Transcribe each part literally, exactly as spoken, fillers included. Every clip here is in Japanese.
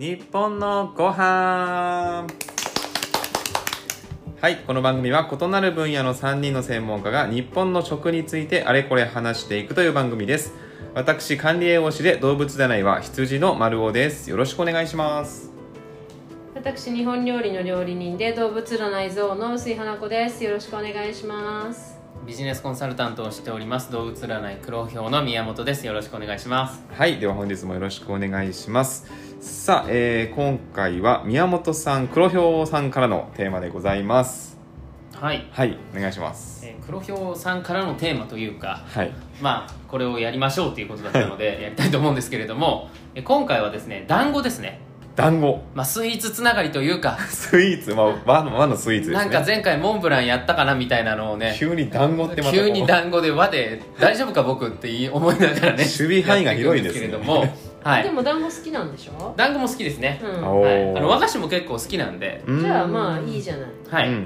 日本のご飯。はい、この番組は異なる分野のさんにんの専門家が日本の食についてあれこれ話していくという番組です。私、管理栄養士で動物占いは羊の丸尾です。よろしくお願いします。 私、日本料理の料理人で動物占い象の薄井花子です。よろしくお願いします。 ビジネスコンサルタントをしております動物占い黒豹の宮本です。よろしくお願いします。 はい、では本日もよろしくお願いします。さあ、えー、今回は宮本さん、黒豹さんからのテーマでございます。 はいはい、お願いします。 えー、黒豹さんからのテーマというか、 はい、 まあこれをやりましょうということだったのでやりたいと思うんですけれども、え今回はですね、団子ですね。 団子、 まあ、スイーツつながりというかスイーツ、まあ、和の和のスイーツですね。 なんか前回モンブランやったかなみたいなのをね、 急に団子ってまた急に団子で和で大丈夫か僕って思いながらね守備範囲が広いですね。 けれどもはい、 でも団子好きなんでしょ？ 団子も好きですね、 うんはい、あの和菓子も結構好きなんで、 じゃあまあいいじゃない。 はい、 うんうんうん、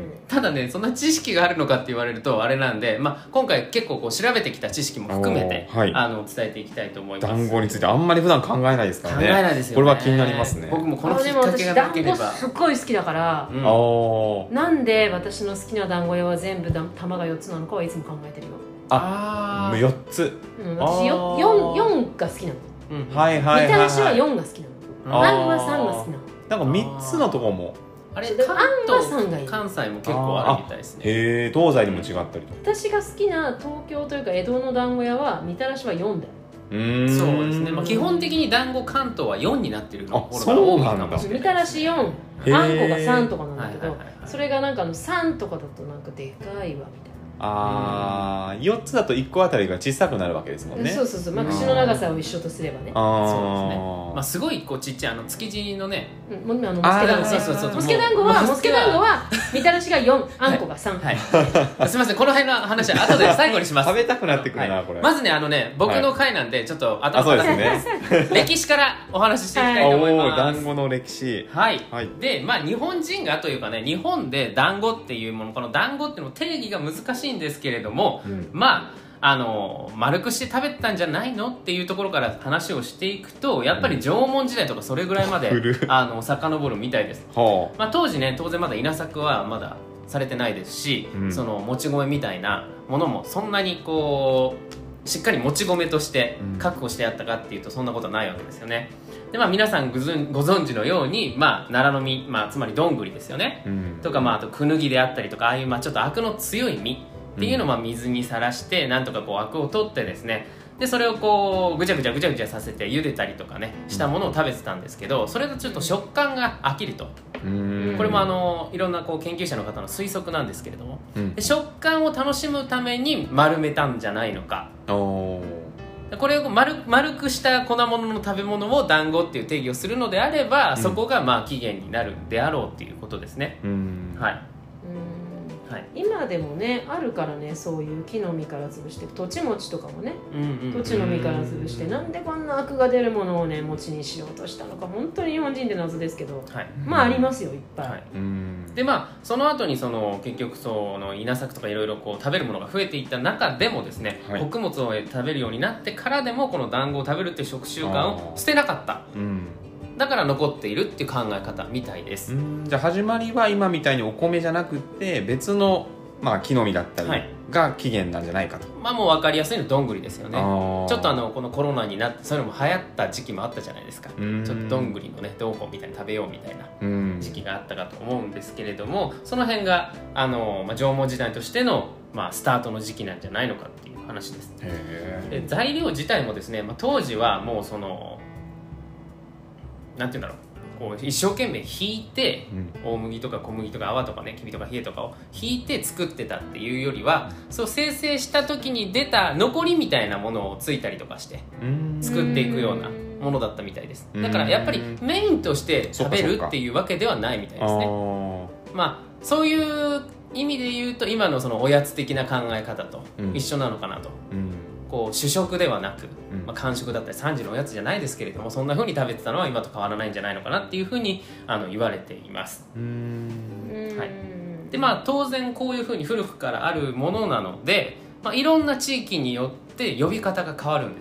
ただね、そんな知識があるのかって言われるとあれなんで、まあ、今回結構こう調べてきた知識も含めて、はい、あの伝えていきたいと思います。 団子についてあんまり普段考えないですからね。 考えないですよね。 これは気になりますね。 僕もこのきっかけがなければ。 でも私団子すっごい好きだから、 うん、 あなんで私の好きな団子屋は全部玉がよっつなのかはいつも考えてるよ。 ああ、よっつ、 うん、私 よん, よんが好きなの。 うん、はいはいはい、はい、 みたらしはよんが好きなの。あんはさんが好きなの。 なんかみっつのとこもあれ、 あんはさんがいい。 関西も結構あるみたいですね。 へえ、東西にも違ったりと。 私が好きな東京というか江戸の団子屋はみたらしはよんだよ。 うーん、そうですね、まあ、基本的に団子関東はよんになってるところが多いかもしれない。 みたらしよん、あんこがさんとかなんだけど、それがなんかあのさんとかだとなんかでかいわみたいな。 ああ、よっつだといっこあたりが小さくなるわけですもんね。 そうそうそう、まあ、口の長さを一緒とすればね。 あそうですね、まあ、すごいこうちっちゃいあの築地のね、 うん、あのモスケ団子、そうそうそう、モスケ団子はモスケ団子はみたらしがよん、あんこがさん、はいはい、すみません、この辺の話は後で最後にします。 食べたくなってくるな、はい、これ。 まずね、あのね、僕の回なんでちょっと頭から、はい、そうですね歴史からお話ししていきたいと思います。 団子の歴史、 はい、はい、で、まあ、日本人がというかね、日本で団子っていうもの、この団子っていうの定義が難しいんですけれども、うん、まああの丸くして食べてたんじゃないのっていうところから話をしていくと、やっぱり縄文時代とかそれぐらいまで、うん、あの遡るみたいです、はあ、まあ、当時ね、当然まだ稲作はまだされてないですし、うん、そのもち米みたいなものもそんなにこうしっかりもち米として確保してあったかっていうとそんなことはないわけですよね。で、まあ、皆さんご存知のように、まあ、奈良の実、まあ、つまりどんぐりですよね、うん、とか、まあ、あとくぬぎであったりとか、ああいう、まあ、ちょっとアクの強い実っていうのをまあ水にさらしてなんとかこうアクを取ってですね、でそれをこうぐちゃぐちゃぐちゃぐちゃさせて茹でたりとかねしたものを食べてたんですけど、それとちょっと食感が飽きると。これもあのいろんなこう研究者の方の推測なんですけれども、うん、で食感を楽しむために丸めたんじゃないのか。おこれを 丸, 丸くした粉物の食べ物を団子っていう定義をするのであれば、うん、そこがまあ起源になるであろうっていうことですね。うんはいはい、今でもねあるからね、そういう木の実から潰してとち餅とかもね、とちの実から潰してなんでこんなアクが出るものをね餅にしようとしたのか、本当に日本人で謎ですけど、はい、まあありますよ、いっぱい、はい、 でまあその後にその結局その稲作とかいろいろこう食べるものが増えていった中でもですね、はい、穀物を食べるようになってからでもこの団子を食べるっていう食習慣を捨てなかった。だから残っているっていう考え方みたいです。 うんじゃあ始まりは今みたいにお米じゃなくて別の、まあ、木の実だったりが起源なんじゃないかと、はい、 まあもう分かりやすいのはどんぐりですよね。ちょっとあのこのコロナになってそういうのも流行った時期もあったじゃないですか。ちょっとどんぐりのねどうこうみたいに食べようみたいな時期があったかと思うんですけれども、その辺があの、まあ、縄文時代としての、まあ、スタートの時期なんじゃないのかっていう話です。へで材料自体もですね、まあ、当時はもうそのなんていうんだろう、こう一生懸命ひいて、うん、大麦とか小麦とか泡とかねきびとか冷えとかをひいて作ってたっていうよりは、うん、そう生成した時に出た残りみたいなものをついたりとかして作っていくようなものだったみたいです。だからやっぱりメインとして食べるっていうわけではないみたいですね。まあそういう意味で言うと今のそのおやつ的な考え方と一緒なのかなと、うんうんこう主食ではなく、まあ、間食だったりさんじのおやつじゃないですけれども、そんな風に食べてたのは今と変わらないんじゃないのかなっていう風にあの言われています。うーん、はい、でまあ当然こういう風に古くからあるものなので、まあ、いろんな地域によって呼び方が変わるんですよ。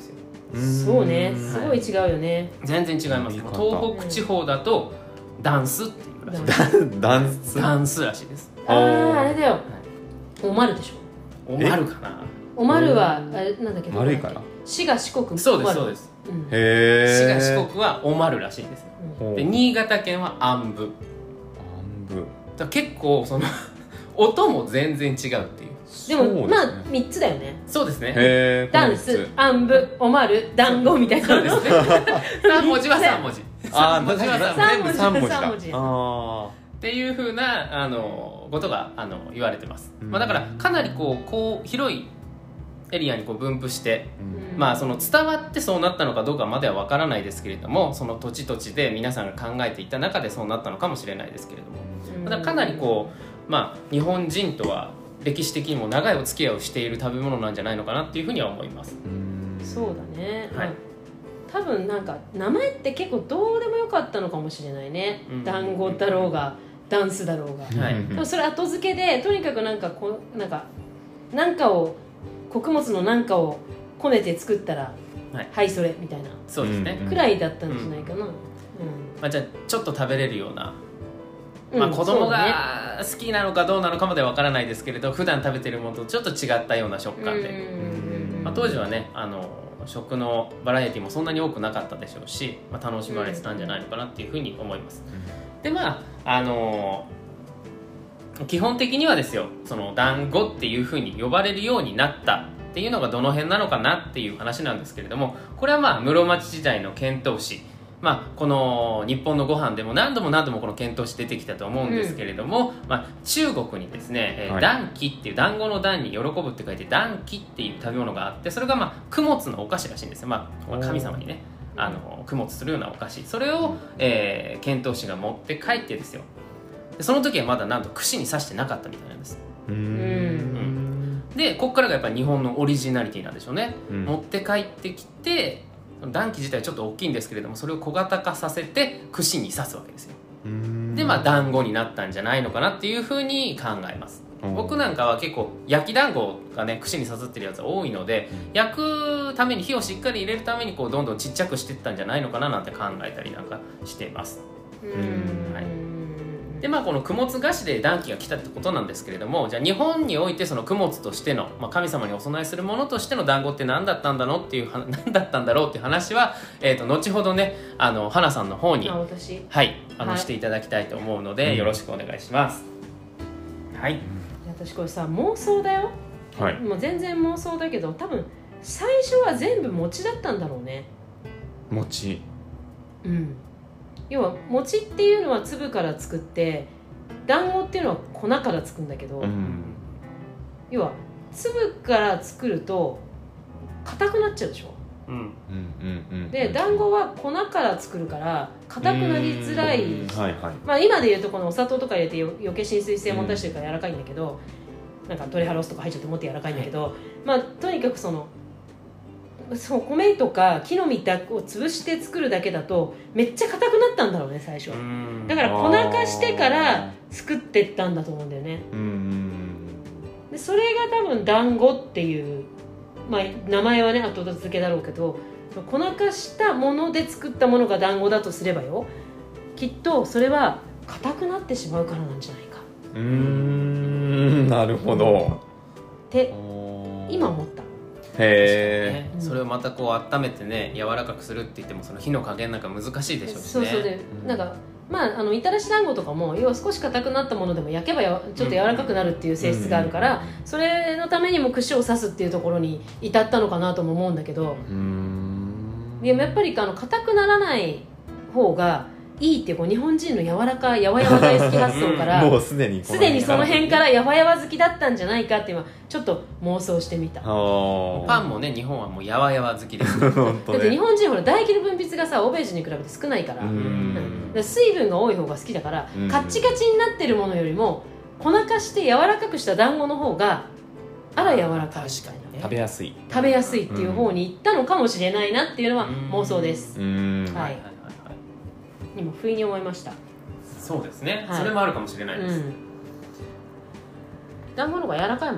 そうね、すごい違うよね。 全然違います。東北地方だとダンスっていうらしいです。 ダンスダンスらしいです。 ああ、あれだよ、おまるでしょ。 おまるかな。 おまるはあれなんだっけ、 丸いから滋賀四国。 そうですそうです。 へえ。 滋賀四国はおまるらしいです。で新潟県はあんぶ。あんぶ。 だ結構その音も全然違うっていう。 でもまあみっつだよね。 そうですね。 へダンス、あんぶ、おまる、団子みたいな。 そうですね。三文字は三文字。 ああ、 文字は三文字。 三文字だ。 三文字。 あっていう風なあのことがあの言われてます。まあだからかなりこうこう広いエリアにこう分布して、うん、まあその伝わってそうなったのかどうかまではわからないですけれども、その土地土地で皆さんが考えていた中でそうなったのかもしれないですけれども、うん、だからかなりこうまあ日本人とは歴史的にも長いお付き合いをしている食べ物なんじゃないのかなっていうふうには思います。 うん、そうだね。 はい。 多分なんか名前って結構どうでもよかったのかもしれないね。うん、団子だろうがダンスだろうが。はい。でもそれ後付けでとにかくなんかこうなんかなんかを穀物のなんかをこねて作ったら、はい、はい、それみたいな。 そうですね。 くらいだったんじゃないかな。うん。うん、 まあじゃあちょっと食べれるような。まあ、子供が好きなのかどうなのかまでは分からないですけれど、普段食べてるものとちょっと違ったような食感で、まあ、当時はねあの食のバラエティもそんなに多くなかったでしょうし、まあ、楽しまれてたんじゃないのかなっていうふうに思います。でまああの基本的にはですよ、その団子っていうふうに呼ばれるようになったっていうのがどの辺なのかなっていう話なんですけれども、これはまあ室町時代の遣唐使、まあ、この日本のご飯でも何度も何度もこの遣唐使出てきたと思うんですけれども、うん、まあ、中国にですね、えーはい、団気っていう団子の団に喜ぶって書いて団気っていう食べ物があって、それがまあ供物のお菓子らしいんですよ、まあ、まあ神様にねあの供物するようなお菓子、それを、えー、遣唐使が持って帰ってですよ、でその時はまだなんと串に刺してなかったみたいなんです。うーん、うん、でここからがやっぱり日本のオリジナリティなんでしょうね、うん、持って帰ってきて団気自体はちょっと大きいんですけれども、それを小型化させて串に刺すわけですよ。でまあ団子になったんじゃないのかなっていうふうに考えます。僕なんかは結構焼き団子がね串に刺さってるやつ多いので、焼くために火をしっかり入れるためにこうどんどんちっちゃくしていったんじゃないのかななんて考えたりなんかしています。うん、はい。でまあこの供物菓子で団気が来たってことなんですけれども、じゃあ日本においてその供物としての、まあ、神様にお供えするものとしての団子って何だったんだろうっていう何だったんだろうっていう話は、えー、と後ほどねあの花さんの方にあ私はいあの、はい、していただきたいと思うので、うん、よろしくお願いします。はい。 私これさ妄想だよ、はい、もう全然妄想だけど多分最初は全部餅だったんだろうね。 餅、 うん、要は餅っていうのは粒から作って団子っていうのは粉から作るんだけど、うん、要は粒から作ると硬くなっちゃうでしょ、うんうんうんうん、で団子は粉から作るから硬くなりづらい、はいはい、まあ、今でいうとこのお砂糖とか入れて余計浸水性も出してるから柔らかいんだけど、うん、なんかトレハロースとか入っちゃってもっと柔らかいんだけど、はい、まあとにかくそのそう米とか木の実を潰して作るだけだとめっちゃ硬くなったんだろうね最初。だから粉化してから作ってったんだと思うんだよね。うんでそれが多分団子っていう、まあ、名前はね後付けだろうけど粉化したもので作ったものが団子だとすればよ、きっとそれは硬くなってしまうからなんじゃないか。 うーんなるほどって今思った。 へえ、ね、それをまたこう温めてね柔らかくするって言ってもその火の加減なんか難しいでしょうしね。 そうそうで、うん、なんかまああのみたらし団子とかも要は少し硬くなったものでも焼けばやちょっと柔らかくなるっていう性質があるから、うん、それのためにも串を刺すっていうところに至ったのかなとも思うんだけど、うん、でもやっぱりあの硬くならない方がいいっていう、こう日本人の柔らかやわやわ大好き発想からもうすでにすでにその辺からやわやわ好きだったんじゃないかっていうのはちょっと妄想してみた。 パンもね日本はもうやわやわ好きですだって日本人ほら唾液の分泌がさ欧米人に比べて少ないから、うん、だから水分が多い方が好きだから、うん、カッチカチになってるものよりも粉化して柔らかくした団子の方があら柔らかいみたいな、ね、 食べやすい食べやすいっていう方に行ったのかもしれないなっていうのは妄想です。うん、はい、今不意に思いました。 そうですね、はい、それもあるかもしれないです。うん、団子の方が柔らかいもんね。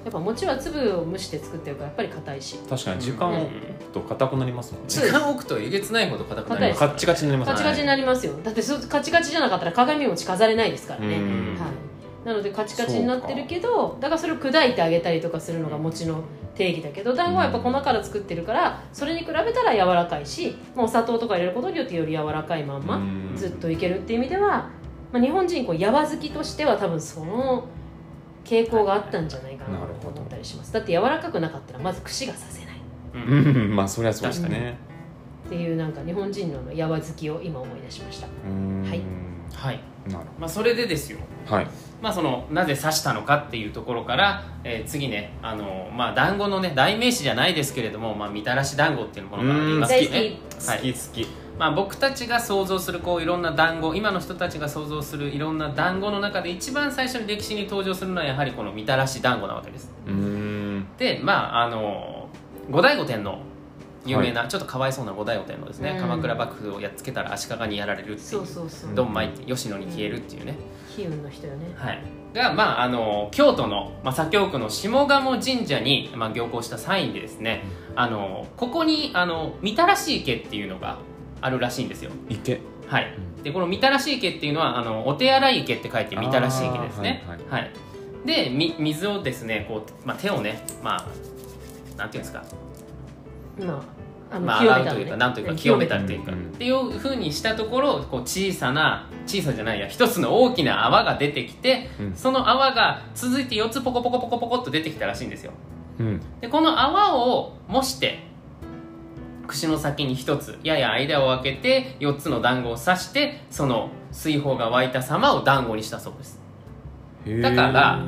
やっぱ餅は粒を蒸して作ってるからやっぱり硬いし、 確かに時間置くと硬くなりますもんね。 時間置くとえげつないほど硬くなりますカッチカチになりますね。 カチカチになりますよ。だってそカチカチじゃなかったら鏡餅飾れないですからね、 うんはい、なのでカチカチになってるけど、だからそれを砕いてあげたりとかするのが餅の定義だけど、団子はやっぱ粉から作ってるからそれに比べたら柔らかいし、もうお砂糖とか入れることによってより柔らかいまんまずっといけるっていう意味では、まあ、日本人こうやわ好きとしては多分その傾向があったんじゃないかなと思ったりします。だって柔らかくなかったらまず串がさせない、 うん、まあそりゃそうですね、 うん、っていうなんか日本人のやわ好きを今思い出しました。はい、 はい、 なるほど。 まあ、それでですよ、 はい、 まあ、そのなぜ刺したのかっていうところから、えー、次ね、あのまあ、団子のね代名詞じゃないですけれども、まあ、みたらし団子っていうものがありますよね。 好き好き、 まあ、僕たちが想像するこういろんな団子、今の人たちが想像するいろんな団子の中で一番最初に歴史に登場するのはやはりこのみたらし団子なわけです。 うーんで、まあ、あの後醍醐天皇、有名な、はい、ちょっとかわいそうな後醍醐天皇ですね、うん、鎌倉幕府をやっつけたら足利にやられるっていう、 そうそうそう、 ドンマイって吉野に消えるっていうね、 悲運の人よね、 はい、が、まあ、あの京都の、まあ、左京区の下鴨神社に、まあ、行幸したサインでですね、あのここにあのみたらし池っていうのがあるらしいんですよ。 池、 はい、でこのみたらし池っていうのはあのお手洗い池って書いてみたらし池ですね。はいはいはい、でみ水をですねこう、まあ、手をね、まあなんていうんですか、 まああまあ、洗うというかなんというか清めたというか、うん、っていうふうにしたところこう小さな小さじゃないや一つの大きな泡が出てきて、うん、その泡が続いてよっつポコポコポコポコっと出てきたらしいんですよ。うん、でこの泡を模して串の先にひとつやや間を空けてよっつの団子を刺してその水泡が湧いた様を団子にしたそうです。だから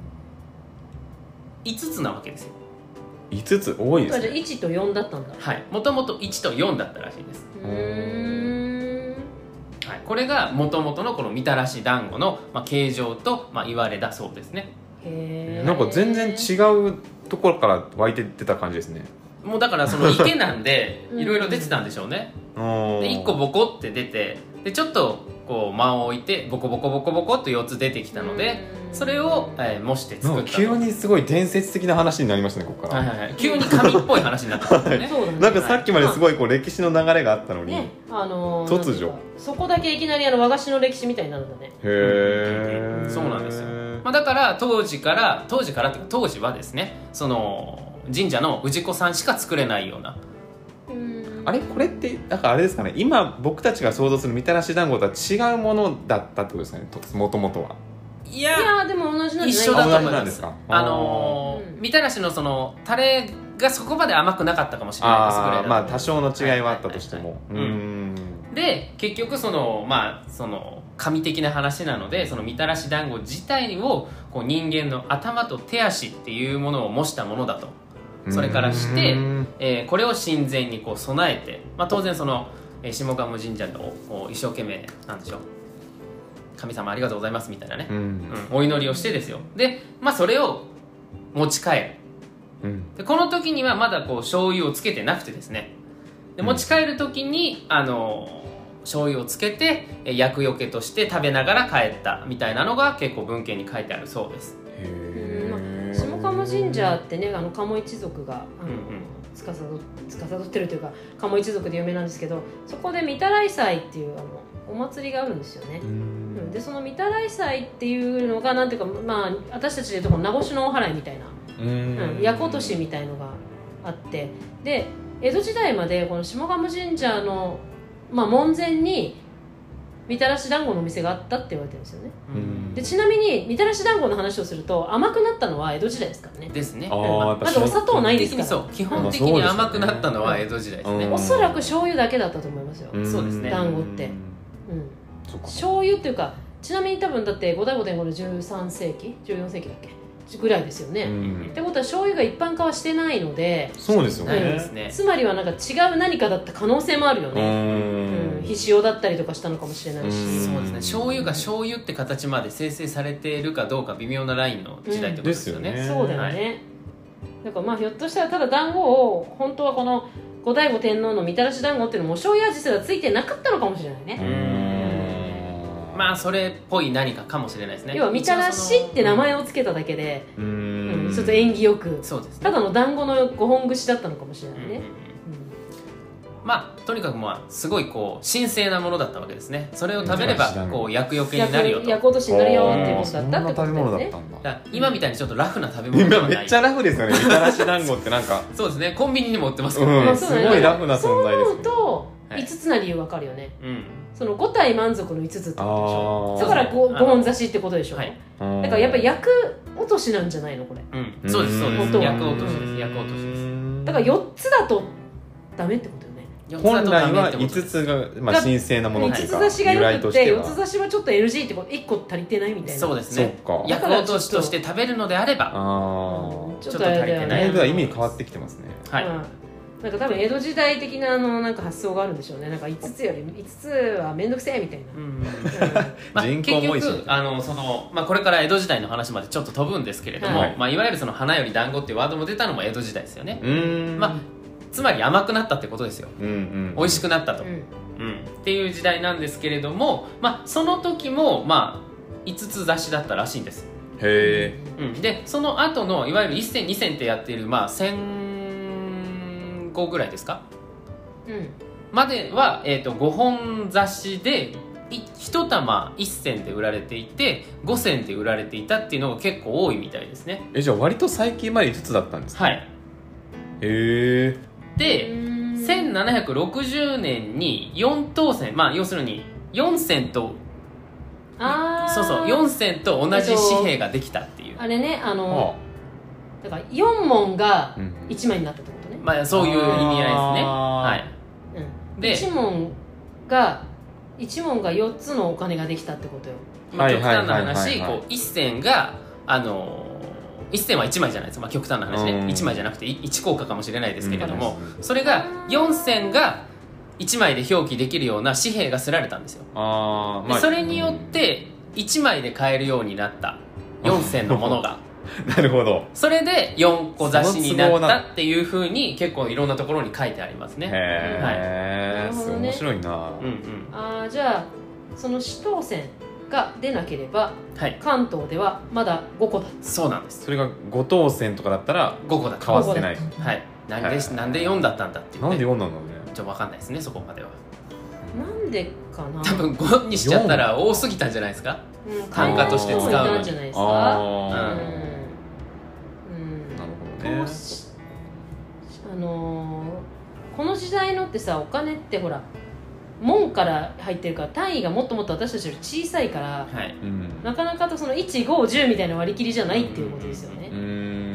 いつつなわけですよ。 いつつ多いですね。 じゃあいちとよんだったんだ。 はい、もともといちとよんだったらしいです。 うーん、 はい、これがもともとのこのみたらし団子の、まあ、形状と、まあ、言われだそうですね。 へー、 なんか全然違うところから湧いて出た感じですね。 もうだからその池なんでいろいろ出てたんでしょうね。でいっこボコって出て、でちょっとこう間を置いてボコボコボコボコっとよっつ出てきたので、それを、えー、模して作った。 急にすごい伝説的な話になりましたね、ここから。 はいはいはい、急に紙っぽい話になったんですよね。 そうだね、 なんかさっきまですごいこう歴史の流れがあったのに、 ね、あのー、 突如そこだけいきなりあの和菓子の歴史みたいになるんだね。 へー、 そうなんですよ。まあ、だから当時から当時からっていうか当時はですね、その神社の氏子さんしか作れないような、 あれこれってなんかあれですかね、今僕たちが想像するみたらし団子とは違うものだったってことですかね、もともとは。 いやいやでも同じなんじゃない一緒だと思います。 同じなんですか。 あのーうん、みたらしのそのタレがそこまで甘くなかったかもしれないですぐらいだと。 まあ多少の違いはあったとしても、 で結局そのまあその神的な話なので、そのみたらし団子自体をこう人間の頭と手足っていうものを模したものだと。それからして、えー、これを神前にこう備えて、まあ、当然その、えー、下鴨神社の一生懸命なんでしょう、神様ありがとうございますみたいなね、うんうん、お祈りをしてですよ。で、まあ、それを持ち帰る、うん、でこの時にはまだこう醤油をつけてなくてですね、で持ち帰る時に、あの醤油をつけて厄除けとして食べながら帰ったみたいなのが結構文献に書いてあるそうです。 へー、下鴨神社ってね、あの鴨一族があの、うんうん、つかさど司ってるというか鴨一族で有名なんですけど、そこで御手洗祭っていうあのお祭りがあるんですよね。うん、でその御手洗祭っていうのがなんていうか、まあ、私たちでいうとこの名越の大払いみたいな、うん、厄落としみたいのがあって、で江戸時代までこの下鴨神社の、まあ、門前にみたらし団子のお店があったって言われてるんですよね。でちなみにみたらし団子の話をすると甘くなったのは江戸時代ですからね。 ですね。 あ、まあ、だってお砂糖ないですから。 そう、基本的に甘くなったのは江戸時代ですね。 おそらく醤油だけだったと思いますよ。 そうですね。 団子って、うん、醤油っていうか、ちなみに多分だって後醍醐天皇のじゅうさんせいきじゅうよんせいきだっけぐらいですよね、うん、ってことは醤油が一般化はしてないので、 そうですよね、 うん、つまりはなんか違う何かだった可能性もあるよね。うん、ひしおだったりとかしたのかもしれないし、 そうですね、醤油が醤油って形まで生成されているかどうか微妙なラインの時代ってことですよね、 うん、そうだよね、はい、だからまあひょっとしたらただ団子を本当はこの後醍醐天皇のみたらし団子っていうのも醤油味すらついてなかったのかもしれないね。うん、 まあそれっぽい何かかもしれないですね。 要はみたらしって名前をつけただけで、 うんうん、ちょっと縁起よく、 そうですね、 ただの団子のごほん串だったのかもしれないね、うんうんうん、 まあとにかくまあすごいこう神聖なものだったわけですね。それを食べればこう厄除けになるよと、 厄落としになるよっていうことだったってことだよね。 だった今みたいにちょっとラフな食べ物ではない。 今めっちゃラフですよね、みたらし団子ってなんかそうですね、コンビニにも売ってますけどね、 うん、すごいラフな存在です、ね、 そう思うといつつな理由わかるよね、 うん、 そのご体満足のいつつってことでしょ。だから ご, ごほん刺しってことでしょ、はい、だからやっぱり厄落としなんじゃないのこれ、 うん、そうですそうです、厄落としです厄落としです。 だからよっつだとダメってことよね。 本来はいつつが、まあ、神聖なものっていうかいつつ刺しがよくてよっつ刺しはちょっと エヌジー ってこといっこ足りてないみたいな。 そうですね、厄落としとして食べるのであればあちょっと足りてない。 では意味変わってきてますね。 はい、 うん、なんか多分江戸時代的なあのなんか発想があるんでしょうね。なんかいつつよりいつつは面倒くせえみたいな、うんうんまあ、 人口も多いし結局あのその、まあ、これから江戸時代の話までちょっと飛ぶんですけれども、はい、まあ、いわゆるその花より団子っていうワードも出たのも江戸時代ですよね。 うーん、 まあ、つまり甘くなったってことですよ、 うんうん、 美味しくなったと、うんうん、っていう時代なんですけれども、まあ、その時も、まあ、いつつ刺しだったらしいんです。 へー、うん、でその後のいわゆるいっせんにせんってやっている、まあ、戦後ぐらいですか、うん、までは、えーと、ごほん刺しでいち玉いっ銭で売られていてご銭で売られていたっていうのが結構多いみたいですね。 え、じゃあ割と最近までいつつだったんですか。 はい。 へえ。 でせんななひゃくろくじゅうねんによん等銭、まあ要するによん銭とあそうそうよん銭と同じ紙幣ができたっていう、 あれね、あのあだからよん文がいちまいになったってことね、 うん、まあそういう意味合いですね。はい、 うん、でいち文がいち文がよっつのお金ができたってことよ。 まあ、極端な話、こういっ銭があのいっ銭はいちまいじゃないですか、まあ、極端な話ね、いちまいじゃなくていち硬貨かもしれないですけれども、うん、それがよん銭がいちまいで表記できるような紙幣が刷られたんですよ。あ、まあ、でそれによっていちまいで買えるようになったよん銭のものがなるほど。 それでよんこ刺しになったっていうふうに結構いろんなところに書いてありますね。 へえ、はい、面白いな、うんうん、 あじゃあその四等銭が出なければ、はい、関東ではまだごこだった。 そうなんです。 それがご等銭とかだったらごこだった。 変わってない。 はい。なんで、なんでよんだったんだっていう、ね、 なんでよんなんだろうね。 ちょっと分かんないですね、そこまでは。 なんでかな。 多分ごにしちゃったら多すぎたんじゃないですか、うん、単価として使うのに。 じゃないですか。うん、うん、 なるほどね。 あのー、この時代のってさ、お金ってほら門から入ってるから単位がもっともっと私たちより小さいから、はい、うん、なかなかとそのいち、ご、じゅうみたいな割り切りじゃないっていうことですよね。 うん、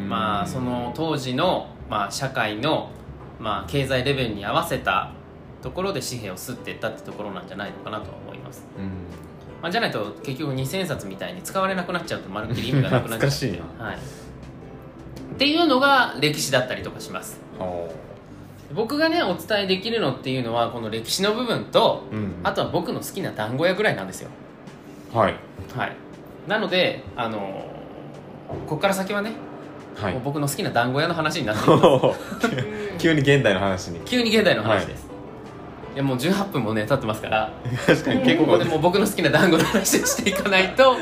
まあその当時の、まあ、社会の、まあ、経済レベルに合わせたところで紙幣を刷っていったってところなんじゃないのかなとは思います。うん、まあ、じゃないと結局にせんさつみたいに使われなくなっちゃうとまるっきり意味がなくなっちゃう。 難しいな、はい、 っていうのが歴史だったりとかします。僕がねお伝えできるのっていうのはこの歴史の部分と、うん、あとは僕の好きな団子屋ぐらいなんですよ。はい、はい、なのであのー、ここから先はね、はい、もう僕の好きな団子屋の話になっています急に現代の話に急に現代の話です、はい、いやもうじゅうはっぷんもね経ってますから確かに結構ここでもう僕の好きな団子の話をしていかないと、はい、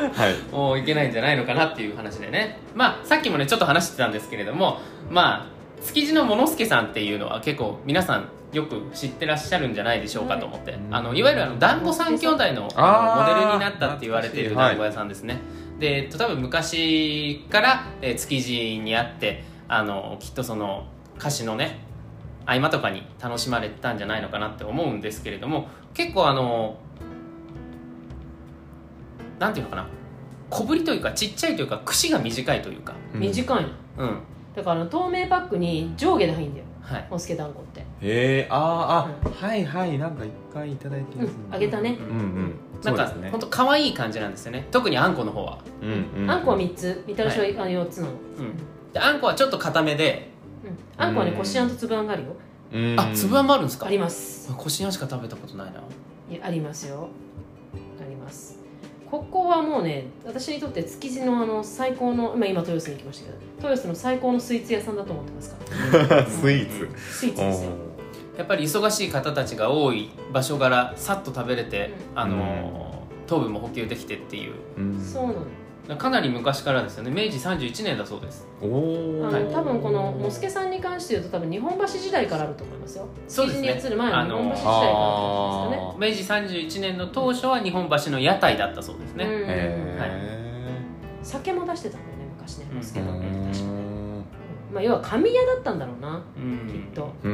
もういけないんじゃないのかなっていう話でね。まあさっきもねちょっと話してたんですけれども、まあ築地の物助さんっていうのは結構皆さんよく知ってらっしゃるんじゃないでしょうかと思って、はい、あのいわゆるあの団子三兄弟のモデルになったって言われている団子屋さんですね、はい、で多分昔から、えー、築地にあってあのきっとその歌詞のね合間とかに楽しまれてたんじゃないのかなって思うんですけれども、結構あのなんていうのかな、小ぶりというかちっちゃいというか串が短いというか、 うん、短いの、うん、だから透明パックに上下で入るんだよ、はい、モスケ団子って。へえ、あーあ、うん、はいはい、なんか一回いただいてますね、 うん、あげたね、 うんうん、なんか本当可愛い感じなんですよね、特にあんこの方は、 うんうん、あんこはみっつ、みたらしはよっつなの、はい、 うん、であんこはちょっと固めで、 うん、あんこはねこしあんとつぶあんがあるよ。 あ、つぶあんもあるんですか。 あります。 こしあんしか食べたことないな。 いやありますよ、あります。ここはもうね私にとって築地のあの最高の、まあ、今豊洲に行きましたけど豊洲の最高のスイーツ屋さんだと思ってますから、ね、 スイーツ、 スイーツですよ。 やっぱり忙しい方たちが多い場所からさっと食べれて、うん、あのー、 糖分も補給できてっていう、 うん、 そうなの。 かなり昔からですよね。明治さんじゅういちねんだそうです。 おお、 あの多分このモスケさんに関して言うと多分日本橋時代からあると思いますよ。 そうですね、 築地に移る前の日本橋時代からあると思うんですかね。 明治さんじゅういちねんの当初は日本橋の屋台だったそうですね、うん、 へはい、 酒も出してたんだよね昔ね、モスケさんね、 うん、 確かに、まあ、要は紙屋だったんだろうな、うん、きっと、 うん、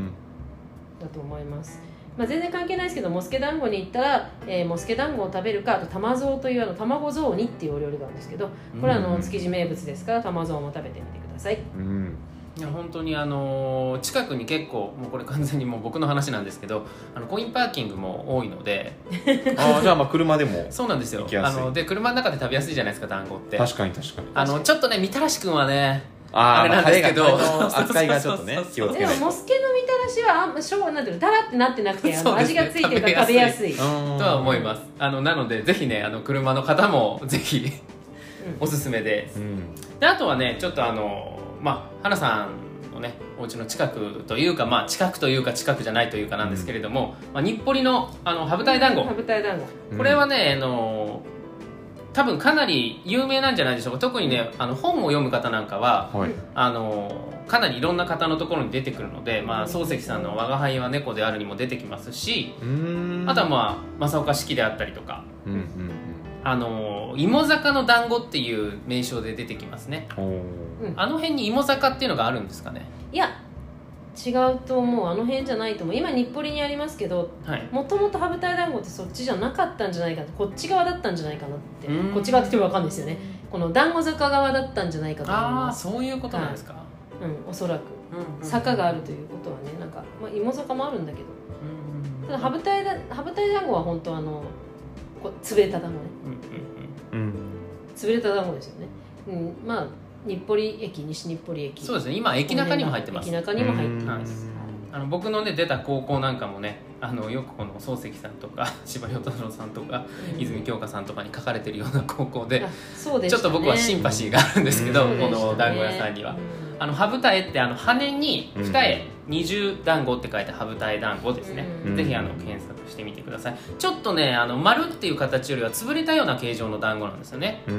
だと思います。まあ、全然関係ないですけど、モスケ団子に行ったら、えー、モスケ団子を食べるか、あと玉雑というあの卵雑煮っていうお料理があるんですけど、これはあの築地名物ですから玉雑も食べてみてください。 うん、いや本当にあのー、近くに結構もうこれ完全にもう僕の話なんですけど、あのコインパーキングも多いのであ、じゃあまあ車でもそうなんですよ。あので車の中で食べやすいじゃないですか、団子って。 確かに確かに。 あのちょっとね、みたらしくんはね、 あ, あれなんですけど、 扱いがちょっとね気をつけないと。 でもモスケのみたらしはあんましょうなんていうの、だらってなってなくて、あの味がついてるから食べやすいとは思います。あのなのでぜひね、あの車の方もぜひおすすめです、うん、であとはね、ちょっとあのまあ花さんのねお家の近くというか、まあ近くというか近くじゃないというかなんですけれども、うん、まあ、日暮里のあの羽二重団子、 羽二重団子、 これはね、あの多分かなり有名なんじゃないでしょうか。特にね、あの本を読む方なんかは、はい、あのかなりいろんな方のところに出てくるので、まあ、漱石さんの「我が輩は猫である」にも出てきますし、あとは、まあ、正岡子規であったりとか、うんうんうん、あの芋坂の団子っていう名称で出てきますね。あの辺に芋坂っていうのがあるんですかね。 いや違うと思う、あの辺じゃないと思う。今日暮里にありますけど、もともと羽二重団子ってそっちじゃなかったんじゃないか、こっち側だったんじゃないかなって、こっち側って言っても分かんないですよね。この団子坂側だったんじゃないかと思います。 ああ、そういうことなんですか。はい、 うん、おそらく、うんうん、坂があるということはね、なんか、まあ、芋坂もあるんだけど、うんうん、ただ羽二重だ羽二重団子は本当あのこ潰れた団子ね、うんうんうん、潰れた団子ですよね、うん、まあ日暮里駅、西日暮里駅、 そうですね、今駅中にも入ってます。 駅中にも入ってます。 あの僕のね出た高校なんかもね、あのよくこの漱石さんとか司馬遼太郎さんとか、うん、泉鏡花さんとかに書かれてるような高校で、そうでしたね、ちょっと僕はシンパシーがあるんですけど、うん、この団子屋さんには、うん、あの羽二重ってあの羽に二重、うん、二重団子って書いて羽二重団子ですね、うん、ぜひあの検索してみてください。ちょっとね、あの丸っていう形よりは潰れたような形状の団子なんですよね、うん、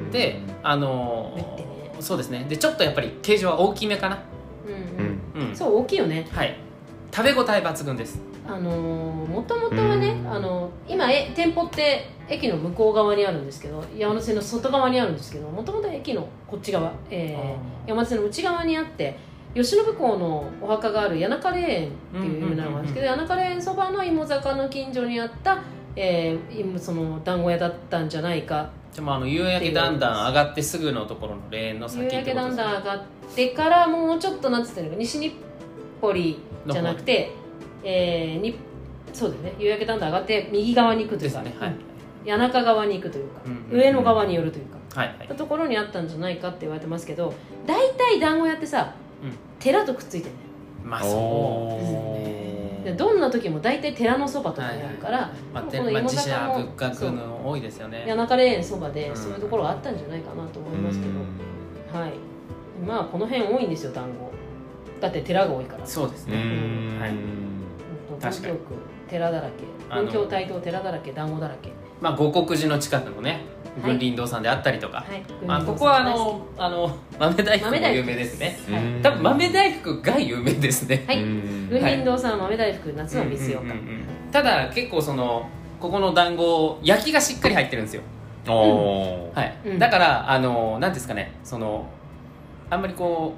で、あのー、そうですね、でちょっとやっぱり形状は大きめかな、 うんうんうん、そう大きいよね。 はい、食べ応え抜群です。 あのもともとはね、あの今え店舗って駅の向こう側にあるんですけど、山手線の外側にあるんですけど、もともと駅のこっち側、えー、山手線の内側にあって、吉野部港のお墓がある谷中霊園っていう有名なのがあるんですけど、谷中霊園そばの芋坂の近所にあった、えー、その団子屋だったんじゃないか。 でもあの夕焼けだんだん上がってすぐのところの霊園の先ってことですか。 夕焼けだんだん上がってからもうちょっとなんつってんのか、西日暮里じゃなくて、えー、にそうだよね、夕焼けだんだん上がって右側に行くというか、ね、はい、谷中側に行くというか、うんうん、上の側に寄るというか、はいはい、ところにあったんじゃないかって言われてますけど、大体団子屋ってさ、うん、寺とくっついてるね。 まあそうですね、 でどんな時も大体寺のそばとかにあるから、はいはい、 まあ、この芋坂も、まあ、仏閣の多いですよね。 谷中霊園そばでそういうところがあったんじゃないかなと思いますけど、うん、はい、まあこの辺多いんですよ、団子だって寺が多いから。 そうですね、うん、はい、 文京区寺だらけ、文京台東寺だらけ、団子だらけ、 まあ、五穀寺の近くのね軍林堂さんであったりとか、はい、まあ、ここはあのあの豆大福も有名ですね。はい、多分豆大福が有名ですね。 はい、軍林堂さん豆大福、夏の水ようかん。 ただ結構そのここの団子焼きがしっかり入ってるんですよ。お、はい、うん、だからあのなんですかね、そのあんまりこ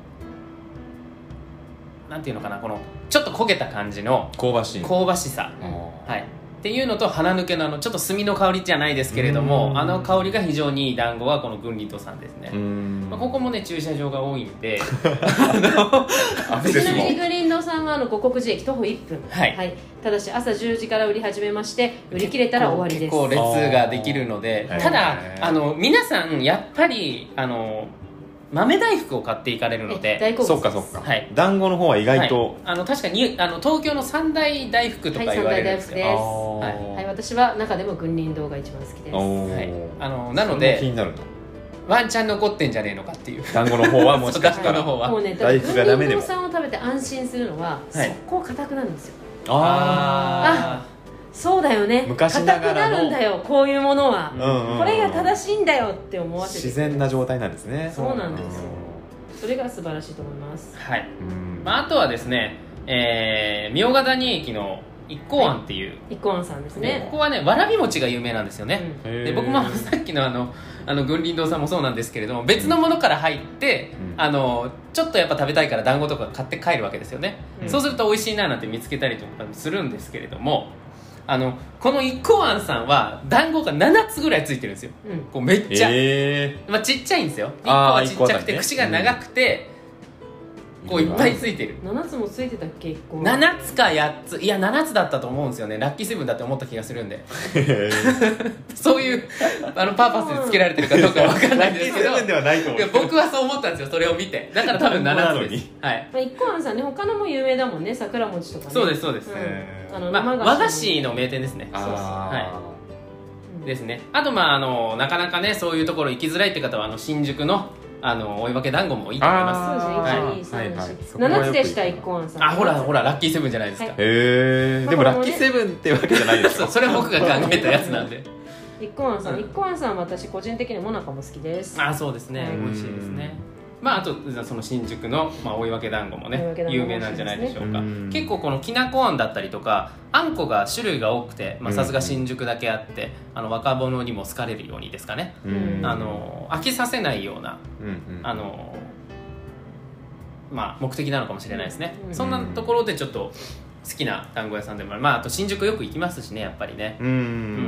うなんていうのかな、このちょっと焦げた感じの香ばしい香ばしさ、はい、っていうのと鼻抜けのあのちょっと炭の香りじゃないですけれども、あの香りが非常にいい団子はこの軍林堂さんですね。まあ、ここもね駐車場が多いんでちなみに軍林堂さんはあの五穀寺駅徒歩いっぷん、はいはい、ただし朝じゅうじから売り始めまして、売り切れたら終わりです。 結構列ができるので、ただあの皆さんやっぱりあの豆大福を買っていかれるので、 そうかそうか、はい、団子の方は意外と、はい、 あの確かにあの東京の三大大福とか言われるんですよ。 はい、三大大福です。はい、はい、私は中でも軍林堂が一番好きです。はい、 あのなので気になるのワンチャン残ってんじゃねえのかっていう。 団子の方はもしかしたらもうね、大福がダメでも軍林堂さんを食べて安心するのは、はい、速攻硬くなるんですよ。ああ、 そうだよね、 昔ながらの硬くなるんだよこういうものは、 うんうんうん、 これが正しいんだよって思わせて自然な状態なんですね。 そうなんですよ、それが素晴らしいと思います。 はい、 うん、 まあ、あとはですね、えー、茗荷谷駅の一幸庵っていう、はい、 一幸庵さんですね。 ここはねわらび餅が有名なんですよね、うん、で僕もさっきのあのあの群林堂さんもそうなんですけれども、別のものから入って、うん、あのちょっとやっぱ食べたいから団子とか買って帰るわけですよね、うん、そうすると美味しいななんて見つけたりとかするんですけれども、あのこの一幸庵さんは団子がななつぐらいついてるんですよ、うん、こうめっちゃ、えーまあ、ちっちゃいんですよ。いっこはちっちゃくて口が長くて、こういっぱいついてる。 ななつもついてたっけ？いっこななつかやっつ、いやななつだったと思うんですよね。ラッキーセブンだって思った気がするんでそういうあのパーパスでつけられてるかどうかわかんないんですけど、 ラッキーセブンではないと思う。 いや僕はそう思ったんですよ、それを見て。だから多分ななつです。はい、 まあ、一幸庵さんね、他のも有名だもんね、桜餅とかね。 そうですそうです、うん、あの、まあ、和菓子の名店ですね。そうそう、はい、ですね。あとまああのなかなかねそういうところ行きづらいって方はあの新宿のあの追い分け団子もいいと思います。 そうですね。いち、に、さん、よん、ななつでした一幸庵さん。 あ、ほらほらラッキーセブンじゃないですか。 へえ。でもラッキーセブンってわけじゃないですよ。 それは僕が考えたやつなんで。 一幸庵さん、一幸庵さんは私個人的にもなかも好きです。 あ、そうですね。美味しいですね。まあ、あとその新宿の、まあ、追い分け団子もね有名なんじゃないでしょうか。結構このきなこあんだったりとかあんこが種類が多くてさすが新宿だけあってあの若者にも好かれるようにですかね、あの飽きさせないような、あのまあ、目的なのかもしれないですね。そんなところでちょっと好きな団子屋さんでもある、まあ、あと新宿よく行きますしね、やっぱりね。うん、うん、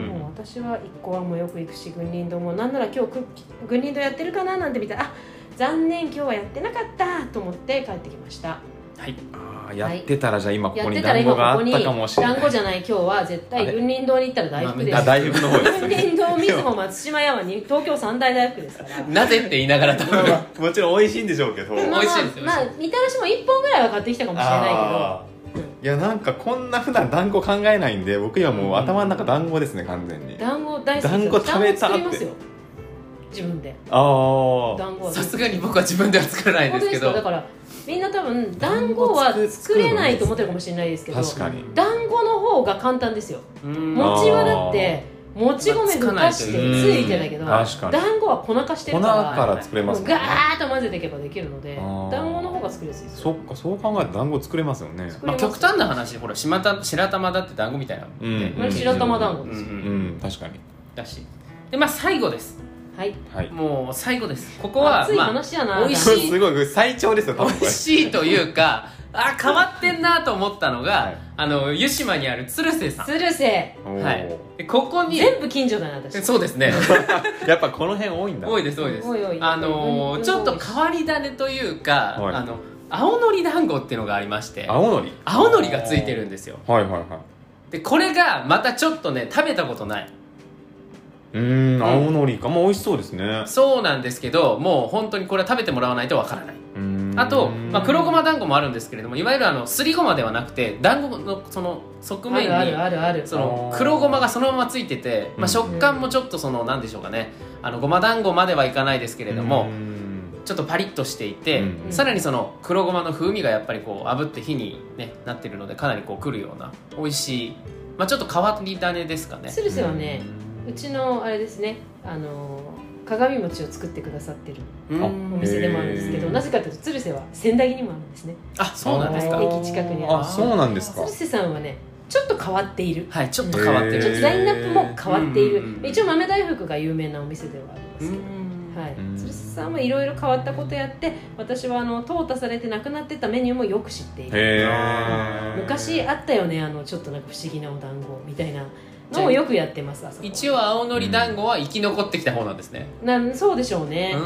もう私は一個はもうよく行くし、群林堂もなんなら今日群林堂やってるかななんて見たら、あ、残念今日はやってなかったと思って帰ってきました。 はい。 ああ、やってたらじゃあ今ここに団子があったかもしれない。 団子じゃない、今日は絶対群林堂に行ったら大福です。 あ、大福の方です。 群林堂、出雲、松島屋は東京三大大福ですから。 なぜって言いながら多分もちろん美味しいんでしょうけど。 美味しいですよ。 まあみたらしも一本ぐらいは買ってきたかもしれないけど。 いや、なんかこんな普段団子考えないんで、僕今もう頭の中団子ですね、完全に。 団子大好きです。 団子食べたって。 自分で。 ああ。 団子はさすがに僕は自分では作らないですけど。 だからみんな多分団子は作れないと思ってるかもしれないですけど、 確かに団子の方が簡単ですよ。餅はだってもち米ふかしてついてだけど、団子は粉化してるから粉から作れますもんね。ガーッと混ぜていけばできるので、団子の方が作りやすいですよ。 そっか、そう考えると団子作れますよね。 まあ、極端な話、ほら白玉だって団子みたいな、 うんうん、白玉団子ですよ、 うんうん、確かに。 だし、で、まあ、最後です。 はい、 もう最後です。ここは熱い話やな、 まあ、美味しい、 すごい最長ですよ。 美味しいというかあ、変わってんなと思ったのが、はい、あの湯島にある鶴瀬さん。 鶴瀬、 はい、でここに全部近所だな私。 そうですねやっぱこの辺多いんだ。 多いです多いです。 おいおい、 あのー、ちょっと変わり種というか、はい、あの青のり団子っていうのがありまして、 青のり青のりがついてるんですよ。 はいはいはい。 でこれがまたちょっとね食べたことない。 うーん、青のりかも美味しそうですね。 そうなんですけど、もう本当にこれは食べてもらわないとわからない。あと、まあ、黒ごま団子もあるんですけれども、いわゆるあのすりごまではなくて団子のその側面にその黒ごまがそのままついてて、まあ、食感もちょっとその何でしょうかね、あのごま団子まではいかないですけれども、ちょっとパリッとしていて、さらにその黒ごまの風味がやっぱりこう炙って火に、ね、なってるのでかなりこうくるような美味しい、まあ、ちょっと変わり種ですかね。 鶴瀬はね、うちのあれですね、あの鏡餅を作ってくださってるお店でもあるんですけど、なぜかというと鶴瀬は千駄木にもあるんですね。 あ、そうなんですか。 駅近くにある。 あ、そうなんですか。 鶴瀬さんはねちょっと変わっている。 はい、ちょっと変わってる。 ちょっとラインナップも変わっている。一応豆大福が有名なお店ではあるんですけど、はい、鶴瀬さんはいろいろ変わったことやって、私はあの淘汰されてなくなってたメニューもよく知っている。昔あったよね、あのちょっとなんか不思議なお団子みたいなのをよくやってます。 一応青のり団子は生き残ってきた方なんですね。 なん、そうでしょうね。うん、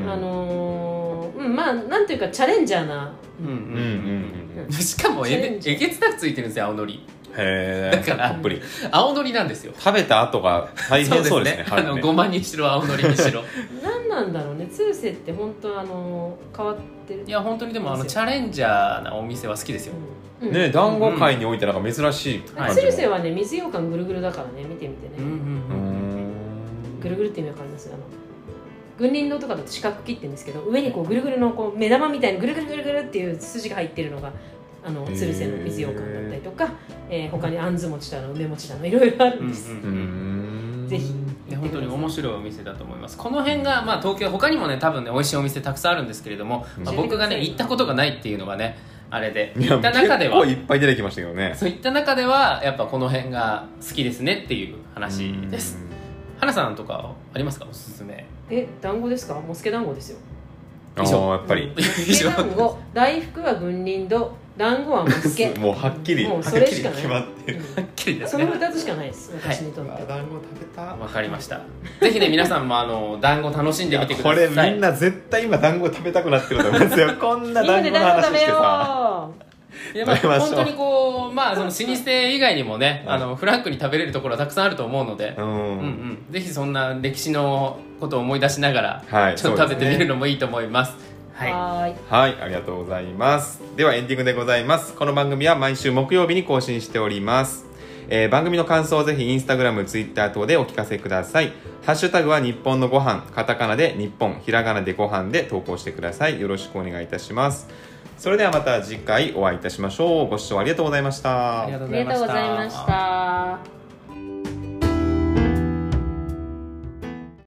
あのー、うん、まあなんていうかチャレンジャーな。 うんうんうんうん。しかもえげつなくついてるんですよ、青のり。 へえ。だからたっぷり青のりなんですよ。 食べた後が大変そうですね。 あのごまにしろ青のりにしろ。 なんなんだろうね。鶴瀬って本当あの変わってる。 いや本当にでもあのチャレンジャーなお店は好きですよ。 うん、ね、団子界においてなんか珍しい感じ。 鶴瀬はね、水羊羹ぐるぐるだからね、見てみてね。うんうんうん、ぐるぐるって意味わかります？あの群林堂とかだと四角切ってるんですけど、上にこうぐるぐるのこう目玉みたいにぐるぐるぐるぐるっていう筋が入ってるのがあのつるせの水羊羹だったりとか、えー、他にあんず餅だの梅餅だのいろいろあるんです、うんうんうん、ぜひ本当に面白いお店だと思います。この辺が、まあ、東京他にもね多分ね美味しいお店たくさんあるんですけれども、まあ、僕がね行ったことがないっていうのがねあれで行った中では結構いっぱい出てきましたけどね。 そういった中ではやっぱこの辺が好きですねっていう話です。花さんとかありますかおすすめ？ え団子ですか？モスケ団子ですよ。 ああやっぱり、 うん、モスケ団子大福は文林堂団子はモスケもうはっきりもうそれしかない決まってる、 うん、 はっきりですね。 そのふたつしかないです私にとって、はい、 団子食べた。 わかりました。ぜひね皆さんもあの団子楽しんでみてください。 これみんな絶対今団子食べたくなってると思いますよこんな団子の話してさいやまあ本当にこうまあその老舗以外にもね、あのフランクに食べれるところはたくさんあると思うので、うんうんうん、ぜひそんな歴史のことを思い出しながら、はい、ちょっと食べてみるのもいいと思います。 はい、はいはい、ありがとうございます。ではエンディングでございます。この番組は毎週木曜日に更新しております。えー、番組の感想をぜひインスタグラム、ツイッター等でお聞かせください。ハッシュタグは日本のご飯、カタカナで日本、ひらがなでご飯で投稿してください。よろしくお願いいたします。それではまた次回お会いいたしましょう。ご視聴ありがとうございました。 ありがとうございました。